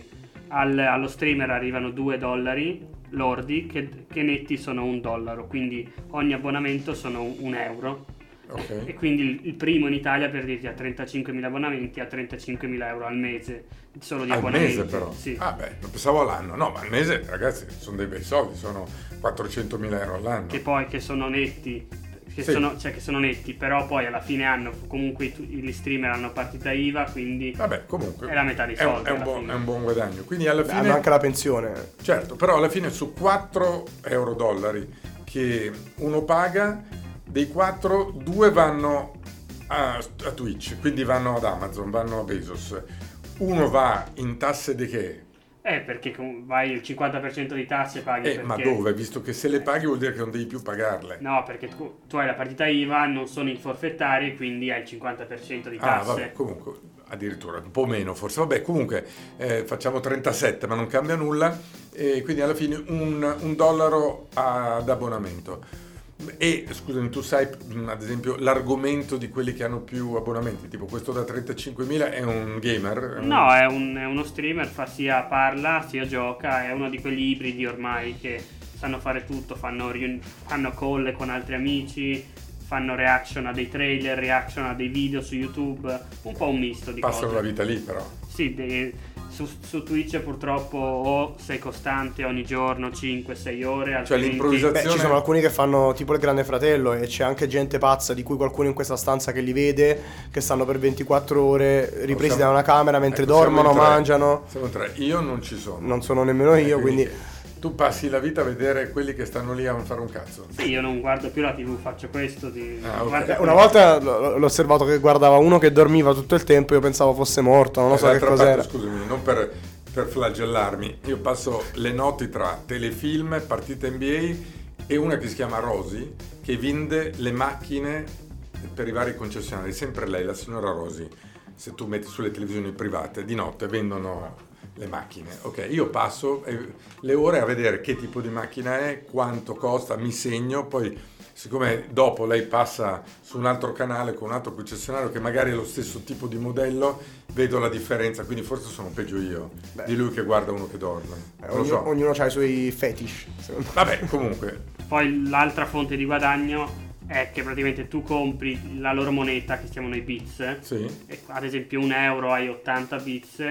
al- allo streamer arrivano due dollari lordi che, che netti sono un dollaro, quindi ogni abbonamento sono un, un euro. Ok. E quindi il, il primo in Italia, per dirti, ha trentacinquemila abbonamenti, ha trentacinquemila euro al mese solo di Al abbonamenti. mese però? Sì. Ah beh, non pensavo all'anno. No, ma al mese, ragazzi, sono dei bei soldi, sono quattrocentomila euro all'anno. Che poi che sono netti, che Sì. sono, cioè che sono netti, però poi alla fine hanno comunque i- gli streamer hanno partita I V A, quindi Vabbè, comunque è la metà dei è un, soldi. è un alla buon, fine. è un buon guadagno. Quindi alla Beh, fine... hanno anche la pensione. Certo, però alla fine su quattro euro dollari che uno paga, dei quattro, due vanno a, a Twitch, quindi vanno ad Amazon, vanno a Bezos. Uno va in tasse di che? Eh, perché com- vai il cinquanta per cento di tasse paghi Eh, perché... ma dove? Visto che se le paghi vuol dire che non devi più pagarle. No, perché tu, tu hai la partita I V A, non sono in forfettari, quindi hai il cinquanta per cento di Ah, tasse. vabbè, comunque, addirittura un po' meno forse. Vabbè, comunque eh, facciamo trentasette, ma non cambia nulla. E quindi alla fine un, un dollaro ad abbonamento. E scusami, tu sai mh, ad esempio l'argomento di quelli che hanno più abbonamenti, tipo questo da trentacinquemila è un gamer? È un- No, è, un- è uno streamer, fa sia parla sia gioca, è uno di quelli ibridi ormai che sanno fare tutto, fanno, riun- fanno call con altri amici, fanno reaction a dei trailer, reaction a dei video su YouTube, un po' un misto di Passano cose. la vita lì però. Sì, de- su, su Twitch purtroppo o sei costante ogni giorno cinque sei ore, Cioè altrimenti... l'improvvisazione... Beh, ci sono alcuni che fanno tipo il Grande Fratello e c'è anche gente pazza di cui qualcuno in questa stanza che li vede, che stanno per ventiquattro ore ripresi siamo- da una camera mentre ecco, siamo dormono, in tre. mangiano. Siamo in tre, io non ci sono. Non sono nemmeno io, Eh, quindi... tu passi la vita a vedere quelli che stanno lì a non fare un cazzo. Sì, io non guardo più la tivù, faccio questo di... Ah, ok. guardo Eh, una volta l- l'ho osservato che guardava uno che dormiva tutto il tempo, io pensavo fosse morto, non lo so che D'altra cos'era. parte, scusami, non per, per flagellarmi, io passo le notti tra telefilm, partite N B A e una che si chiama Rosy, che vende le macchine per i vari concessionari, sempre lei, la signora Rosy. Se tu metti sulle televisioni private, di notte vendono le macchine. Ok, io passo eh, le ore a vedere che tipo di macchina è, quanto costa, mi segno, poi siccome dopo lei passa su un altro canale con un altro concessionario che magari è lo stesso tipo di modello, vedo la differenza, quindi forse sono peggio io Beh. di lui che guarda uno che dorme. Eh, Non lo ognuno, so. ognuno ha i suoi fetish, secondo me. Vabbè, comunque, Poi l'altra fonte di guadagno è che praticamente tu compri la loro moneta, che si chiamano i bits, sì. e ad esempio un euro hai ottanta bits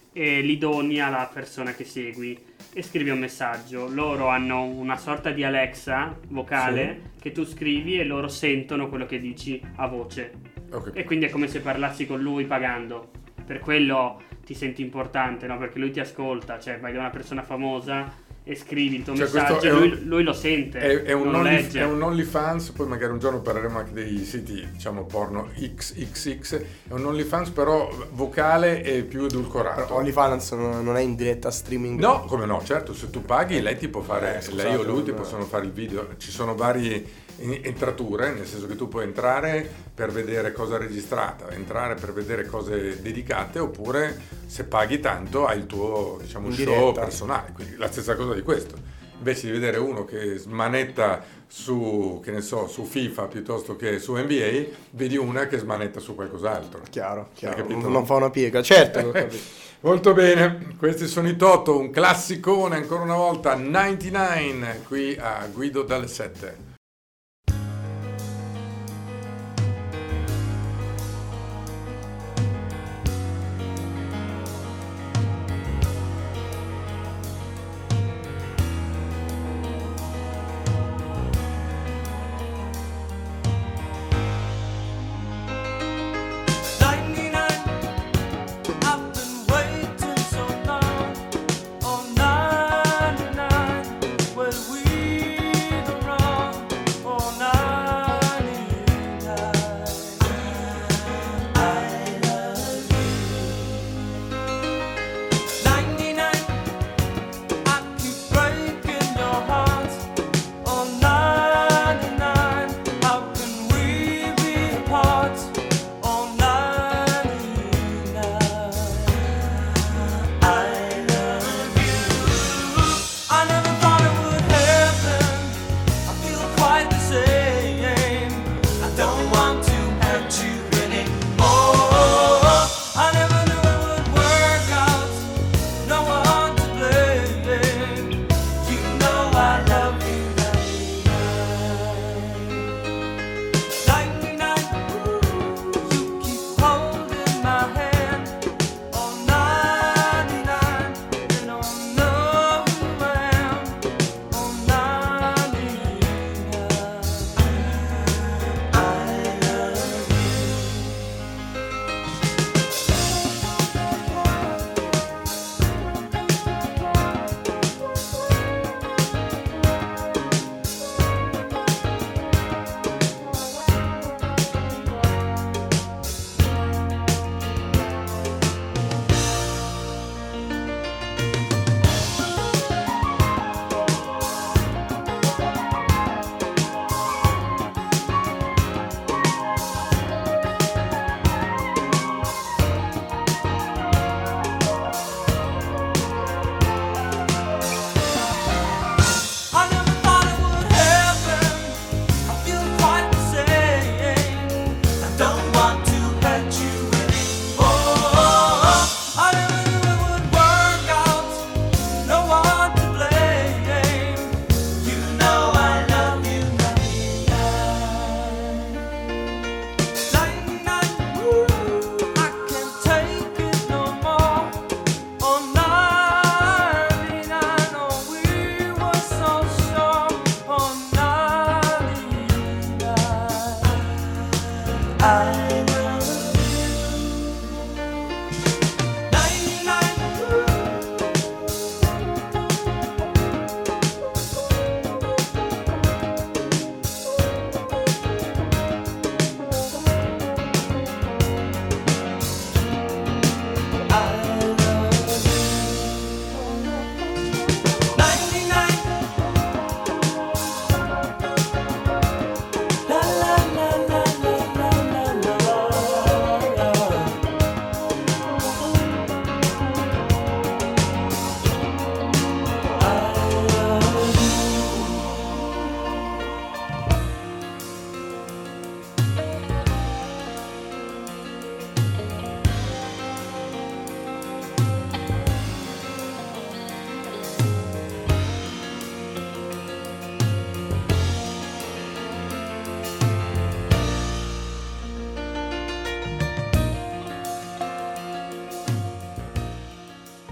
e li doni alla persona che segui e scrivi un messaggio. Loro hanno una sorta di Alexa vocale che tu scrivi e loro sentono quello che dici a voce. Ok. E quindi è come se parlassi con lui pagando. Per quello ti senti importante, no? Perché lui ti ascolta, cioè vai da una persona famosa e scrivi il tuo Cioè, questo messaggio è e un- lui, lui lo sente, È, è un non lo only, legge. è un OnlyFans, poi magari un giorno parleremo anche dei siti, diciamo, porno X X X, è un OnlyFans però vocale e più edulcorato. Però OnlyFans non non è in diretta streaming. No, come no, certo, se tu paghi lei ti può fare, Eh, scusate, lei o lui ti non- possono fare il video, ci sono varie in- entrature, nel senso che tu puoi entrare per vedere cosa registrata, entrare per vedere cose dedicate, oppure se paghi tanto hai il tuo, diciamo, In show diretta. personale, quindi la stessa cosa di questo. Invece di vedere uno che smanetta su, che ne so, su FIFA piuttosto che su N B A, vedi una che smanetta su qualcos'altro. Chiaro, chiaro, capito? non, non fa una piega, certo. l'ho capito. Molto bene, questi sono i Toto, un classicone ancora una volta, novantanove qui a Guido dalle sette. I've been waiting so long. Oh, ninety-nine, where we go wrong.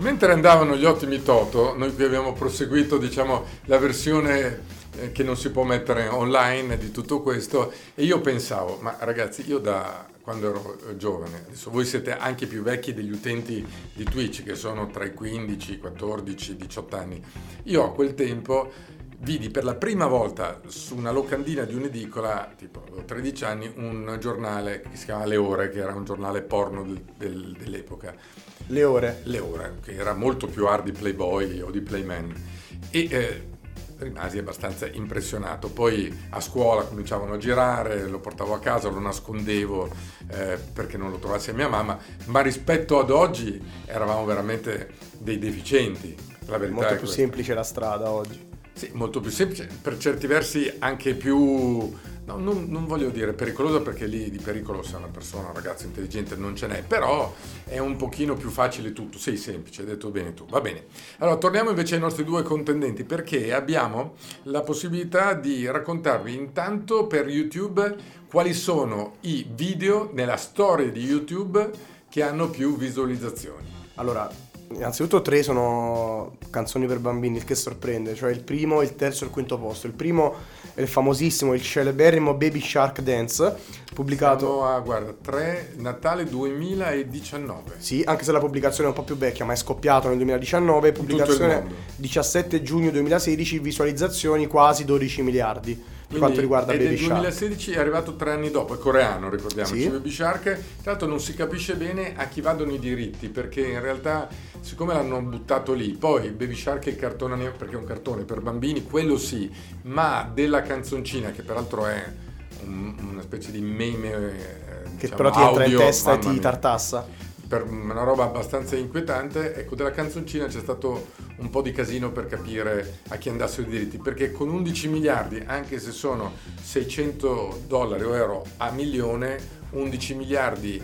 Mentre andavano gli ottimi Toto, noi qui abbiamo proseguito, diciamo, la versione eh, che non si può mettere online di tutto questo, e io pensavo, ma ragazzi, io da quando ero giovane, adesso voi siete anche più vecchi degli utenti di Twitch, che sono tra i quindici, i quattordici, i diciotto anni, io a quel tempo vidi per la prima volta su una locandina di un'edicola, tipo avevo tredici anni, un giornale che si chiama Le Ore, che era un giornale porno del, del, dell'epoca. Le Ore. Le Ore, che era molto più hard di Playboy o di Playman. E eh, rimasi abbastanza impressionato. Poi a scuola cominciavano a girare, lo portavo a casa, lo nascondevo eh, perché non lo trovassi a mia mamma, ma rispetto ad oggi eravamo veramente dei deficienti. La verità Molto è più questa. semplice la strada oggi. Sì, molto più semplice, per certi versi anche più, no, non, non voglio dire pericoloso, perché lì di pericolo se una persona, un ragazzo intelligente non ce n'è, però è un pochino più facile tutto, sei semplice, hai detto bene tu, va bene. Allora torniamo invece ai nostri due contendenti, perché abbiamo la possibilità di raccontarvi intanto per YouTube quali sono i video nella storia di YouTube che hanno più visualizzazioni. Allora, innanzitutto tre sono canzoni per bambini, il che sorprende, cioè il primo, il terzo e il quinto posto. Il primo è il famosissimo, il celeberrimo Baby Shark Dance, pubblicato... Siamo a, guarda, tre Natale duemiladiciannove. Sì, anche se la pubblicazione è un po' più vecchia, ma è scoppiato nel duemiladiciannove, pubblicazione diciassette giugno duemilasedici, visualizzazioni quasi dodici miliardi. Per quanto riguarda Baby Baby Shark. Nel Shark. duemilasedici è arrivato tre anni dopo, è coreano, ricordiamoci, Sì. Baby Shark. Tra l'altro non si capisce bene a chi vadano i diritti, perché in realtà, siccome l'hanno buttato lì, poi Baby Shark è il cartone, perché è un cartone per bambini, quello sì, ma della canzoncina, che peraltro è un, una specie di meme, eh, Che diciamo, però ti entra in audio, testa e mamma ti mia, tartassa. per una roba abbastanza inquietante. Ecco, della canzoncina c'è stato un po' di casino per capire a chi andassero i diritti, perché con undici miliardi, anche se sono seicento dollari o euro a milione, undici miliardi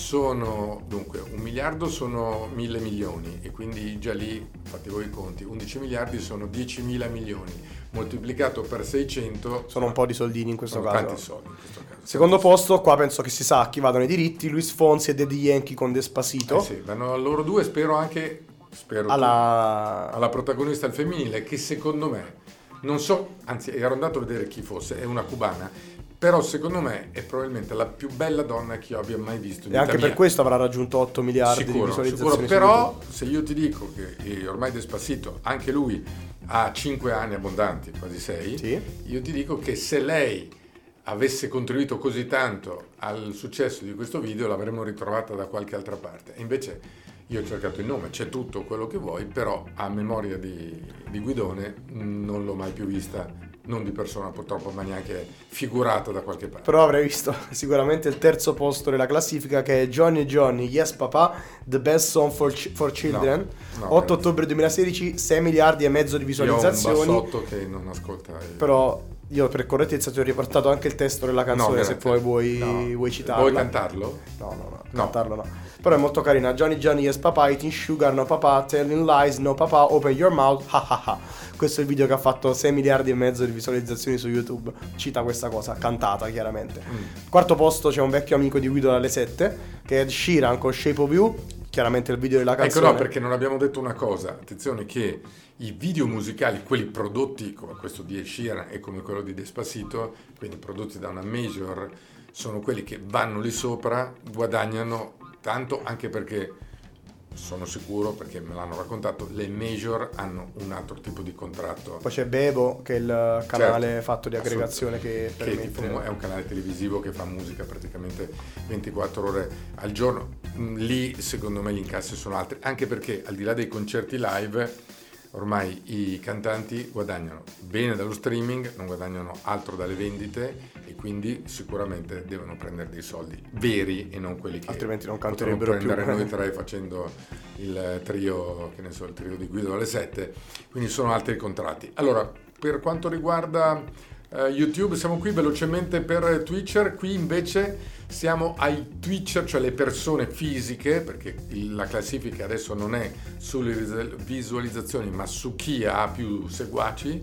sono, dunque un miliardo sono mille milioni, e quindi già lì fate voi i conti, undici miliardi sono diecimila milioni, moltiplicato per seicento Sono un po' di soldini in questo sono caso. tanti soldi in questo caso. Secondo posto, qua penso che si sa a chi vadano i diritti, Luis Fonsi e Daddy Yankee con Despacito. Eh sì, vanno a loro due, spero anche spero alla... alla protagonista al femminile, che secondo me, non so, anzi ero andato a vedere chi fosse, è una cubana, però secondo me è probabilmente la più bella donna che io abbia mai visto in E anche vita per mia. questo avrà raggiunto otto miliardi Sicuro, di visualizzazioni. sicuro, su però YouTube. se io ti dico che eh, ormai Despacito, anche lui ha cinque anni abbondanti, quasi sei, Sì. io ti dico che se lei avesse contribuito così tanto al successo di questo video, l'avremmo ritrovata da qualche altra parte. E invece io ho cercato il nome, c'è tutto quello che vuoi, però a memoria di, di Guidone non l'ho mai più vista, non di persona purtroppo, ma neanche figurata da qualche parte. Però avrei visto sicuramente il terzo posto della classifica, che è Johnny e Johnny, Yes Papa, The Best Song for, Ch- for Children. No, no, otto ragazzi. ottobre duemilasedici, sei miliardi e mezzo di Io ho un visualizzazioni. bassotto che non ascolta. il- Però io per correttezza ti ho riportato anche il testo della canzone, No, se grazie. poi vuoi, No. vuoi citarla. Vuoi cantarlo? No, no, no, No. cantarlo no. Però è molto carina. Johnny Johnny Yes Papa, Eating Sugar No Papa, Telling Lies No Papa, Open Your Mouth, ha ha ha. Questo è il video che ha fatto sei miliardi e mezzo di visualizzazioni su YouTube. Cita questa cosa, cantata chiaramente. Mm. Quarto posto c'è un vecchio amico di Guido dalle sette, che è Ed Sheeran con Shape of You. Chiaramente il video della Ecco, canzone. no, perché non abbiamo detto una cosa. Attenzione che i video musicali, quelli prodotti come questo di Ed Sheeran e come quello di Despacito, quindi prodotti da una major, sono quelli che vanno lì sopra, guadagnano tanto, anche perché sono sicuro, perché me l'hanno raccontato, le major hanno un altro tipo di contratto. Poi c'è Bebo, che è il canale Certo, fatto di aggregazione che che permette... tipo è un canale televisivo che fa musica praticamente ventiquattro ore al giorno. Mm, Lì secondo me gli incassi sono altri, anche perché al di là dei concerti live ormai i cantanti guadagnano bene dallo streaming, non guadagnano altro dalle vendite, e quindi sicuramente devono prendere dei soldi veri e non quelli che Altrimenti non potremmo canterebbero più. prendere noi tre facendo il trio, che ne so, il trio di Guido alle sette, quindi sono altri contratti. Allora, per quanto riguarda uh, YouTube, siamo qui velocemente per Twitcher. Qui invece siamo ai Twitcher, cioè le persone fisiche, perché il- la classifica adesso non è sulle vis- visualizzazioni ma su chi ha più seguaci.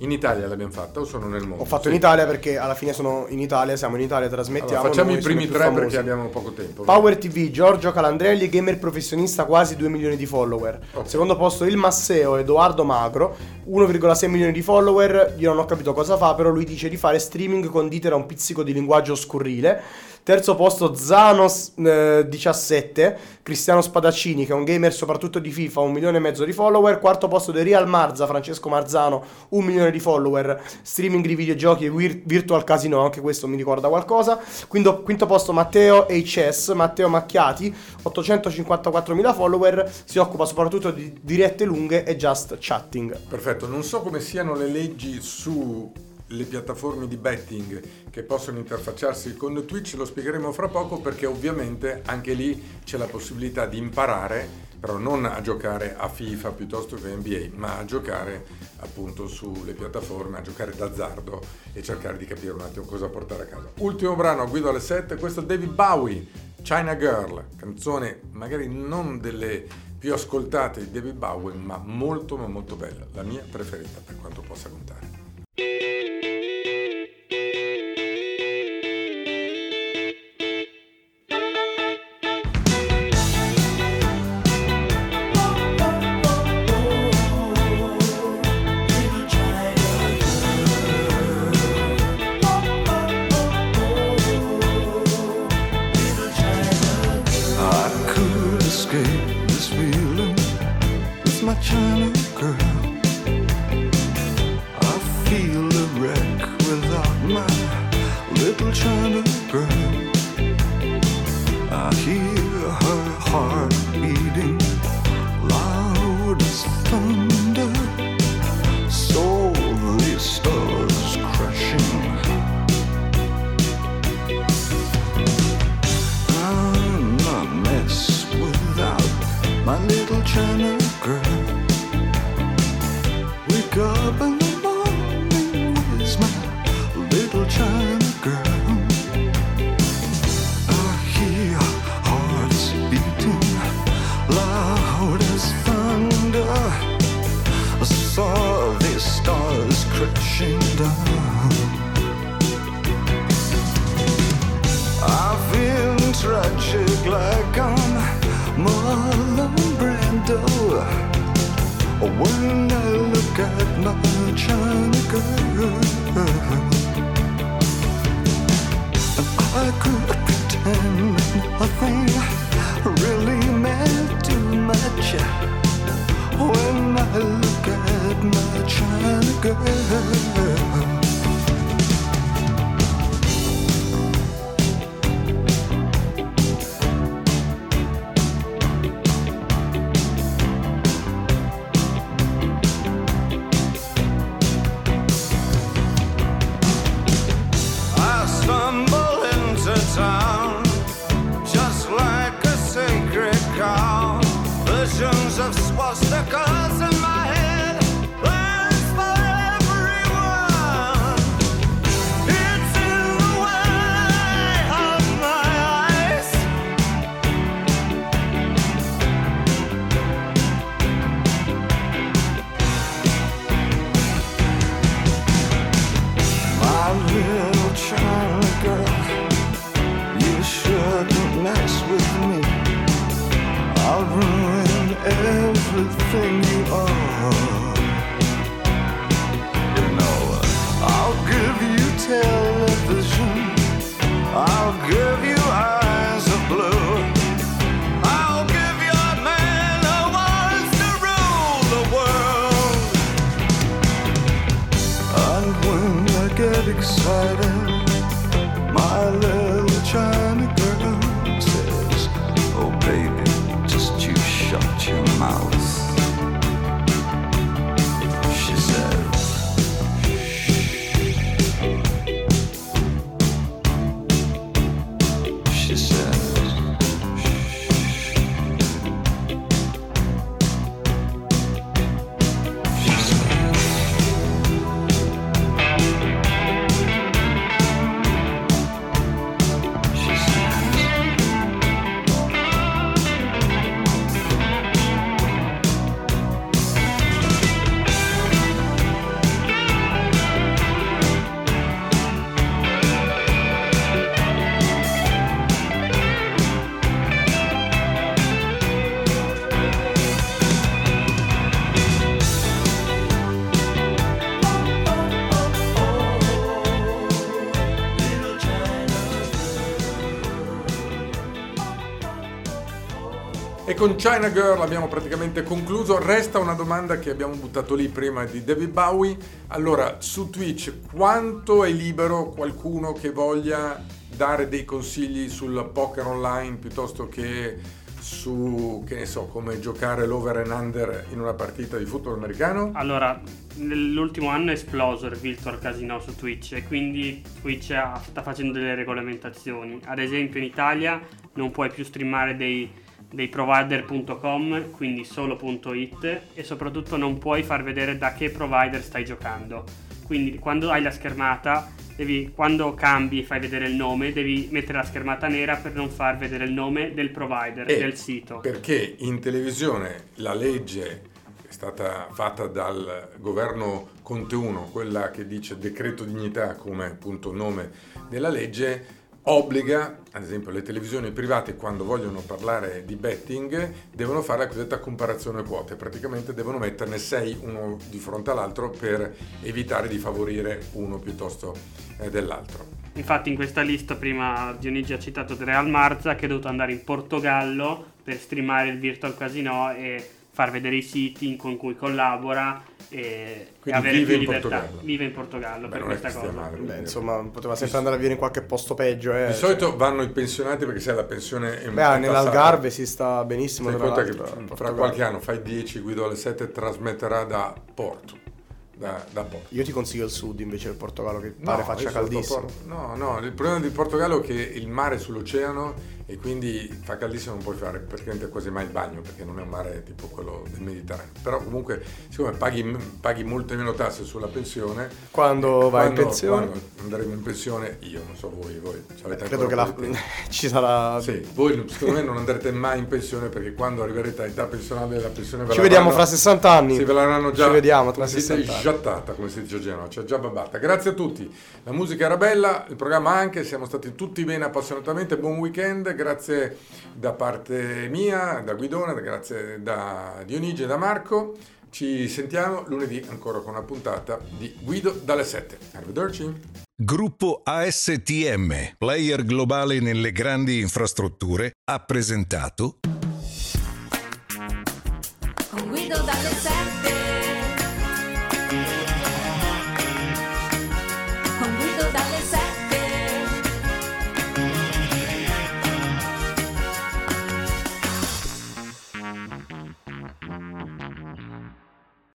In Italia l'abbiamo fatta o sono nel mondo? Ho fatto Sì. in Italia perché alla fine sono in Italia, siamo in Italia, trasmettiamo. Allora, facciamo noi i siamo primi più tre famosi. perché abbiamo poco tempo. Power ti vu, Giorgio Calandrelli, gamer professionista, quasi due milioni di follower. Ok. Secondo posto il Masseo Edoardo Magro, uno virgola sei milioni di follower. Io non ho capito cosa fa, però lui dice di fare streaming conditera un pizzico di linguaggio scurrile. Terzo posto Zanos eh, diciassette, Cristiano Spadaccini, che è un gamer soprattutto di FIFA, un milione e mezzo di follower. Quarto posto The Real Marza, Francesco Marzano, un milione di follower, streaming di videogiochi e vir- Virtual Casino, anche questo mi ricorda qualcosa. Quinto, quinto posto Matteo H S, Matteo Macchiati, ottocentocinquantaquattromila follower, si occupa soprattutto di dirette lunghe e just chatting. Perfetto, non so come siano le leggi su le piattaforme di betting che possono interfacciarsi con Twitch, lo spiegheremo fra poco, perché ovviamente anche lì c'è la possibilità di imparare, però non a giocare a FIFA piuttosto che N B A, ma a giocare appunto sulle piattaforme, a giocare d'azzardo e cercare di capire un attimo cosa portare a casa. Ultimo brano a Guido alle sette, questo è David Bowie, China Girl, canzone magari non delle più ascoltate di David Bowie, ma molto ma molto bella, la mia preferita per quanto possa contare. China girl, I feel a wreck without my little China girl. I hear her heart beating loud as thunder, so the stars crashing. I'm a mess without my little China girl. Wake up in the morning, where's my little China girl? I hear hearts beating loud as thunder. I saw the stars crashing down. I feel tragic like I'm Marlon Brando when I look at my China girl. And I could pretend nothing really meant too much when I look at my China girl. Of swastikas in my head, plans for everyone. It's in the way of my eyes. My little China girl, you shouldn't mess with me. I'll ruin everything you are. You know, I'll give you television, I'll give you eyes of blue, I'll give you a man who wants to rule the world. And when I get excited, my little China girl says, oh baby, you shut your mouth. She said, she said, she said, E con China Girl abbiamo praticamente concluso. Resta una domanda che abbiamo buttato lì prima di David Bowie. Allora, su Twitch quanto è libero qualcuno che voglia dare dei consigli sul poker online piuttosto che su, che ne so, come giocare l'over and under in una partita di football americano? Allora, nell'ultimo anno è esploso il virtual casino su Twitch e quindi Twitch ha- sta facendo delle regolamentazioni. Ad esempio in Italia non puoi più streamare dei, dei provider punto com, quindi solo punto it, e soprattutto non puoi far vedere da che provider stai giocando. Quindi quando hai la schermata, devi, quando cambi e fai vedere il nome, devi mettere la schermata nera per non far vedere il nome del provider, E del sito. Perché in televisione la legge è stata fatta dal governo Conte uno, quella che dice decreto dignità come appunto nome della legge, obbliga, ad esempio, le televisioni private quando vogliono parlare di betting devono fare la cosiddetta comparazione quote, praticamente devono metterne sei uno di fronte all'altro per evitare di favorire uno piuttosto eh, dell'altro. Infatti in questa lista prima Dionigi ha citato Real Marza, che è dovuto andare in Portogallo per streamare il virtual casino e far vedere i siti con cui collabora e, e avere vive più in libertà. Portogallo. Vive in Portogallo. Beh, per non è questa che stia cosa. male, Beh, voglio insomma, poteva Di- sempre andare a vivere in qualche posto peggio. Eh. Di solito vanno i pensionati perché sai la pensione è un Beh, po' nell'Algarve si sta benissimo. Fai tra conto che l'altro, in fra Portogallo. qualche anno fai dieci, Guido alle sette trasmetterà da Porto. Da, da Porto. Io ti consiglio il sud invece del Portogallo, che pare faccia io sono caldissimo. Por- No, no, il problema del Portogallo è che il mare è sull'oceano e quindi fa caldissimo, non puoi fare praticamente quasi mai il bagno perché non è un mare tipo quello del Mediterraneo. Però comunque, siccome paghi, paghi molte meno tasse sulla pensione, Quando vai in quando- pensione? quando andremo in pensione, io non so voi, voi ci avete Credo ancora che un la- po' di tempo. ci sarà. Sì, voi secondo me non andrete mai in pensione perché quando arriverete all'età pensionabile la pensione ve Ci la vediamo daranno- fra sessanta anni. Sì, ve l'avranno già. Ci vediamo tra come si dice, sessanta anni. giattata, come si dice a Genova, cioè già babata. Grazie a tutti. La musica era bella, il programma anche, siamo stati tutti bene appassionatamente. Buon weekend, grazie da parte mia, da Guidona, grazie da Dionigi e da Marco. Ci sentiamo lunedì ancora con una puntata di Guido dalle sette. Arrivederci. Gruppo A S T M, player globale nelle grandi infrastrutture, ha presentato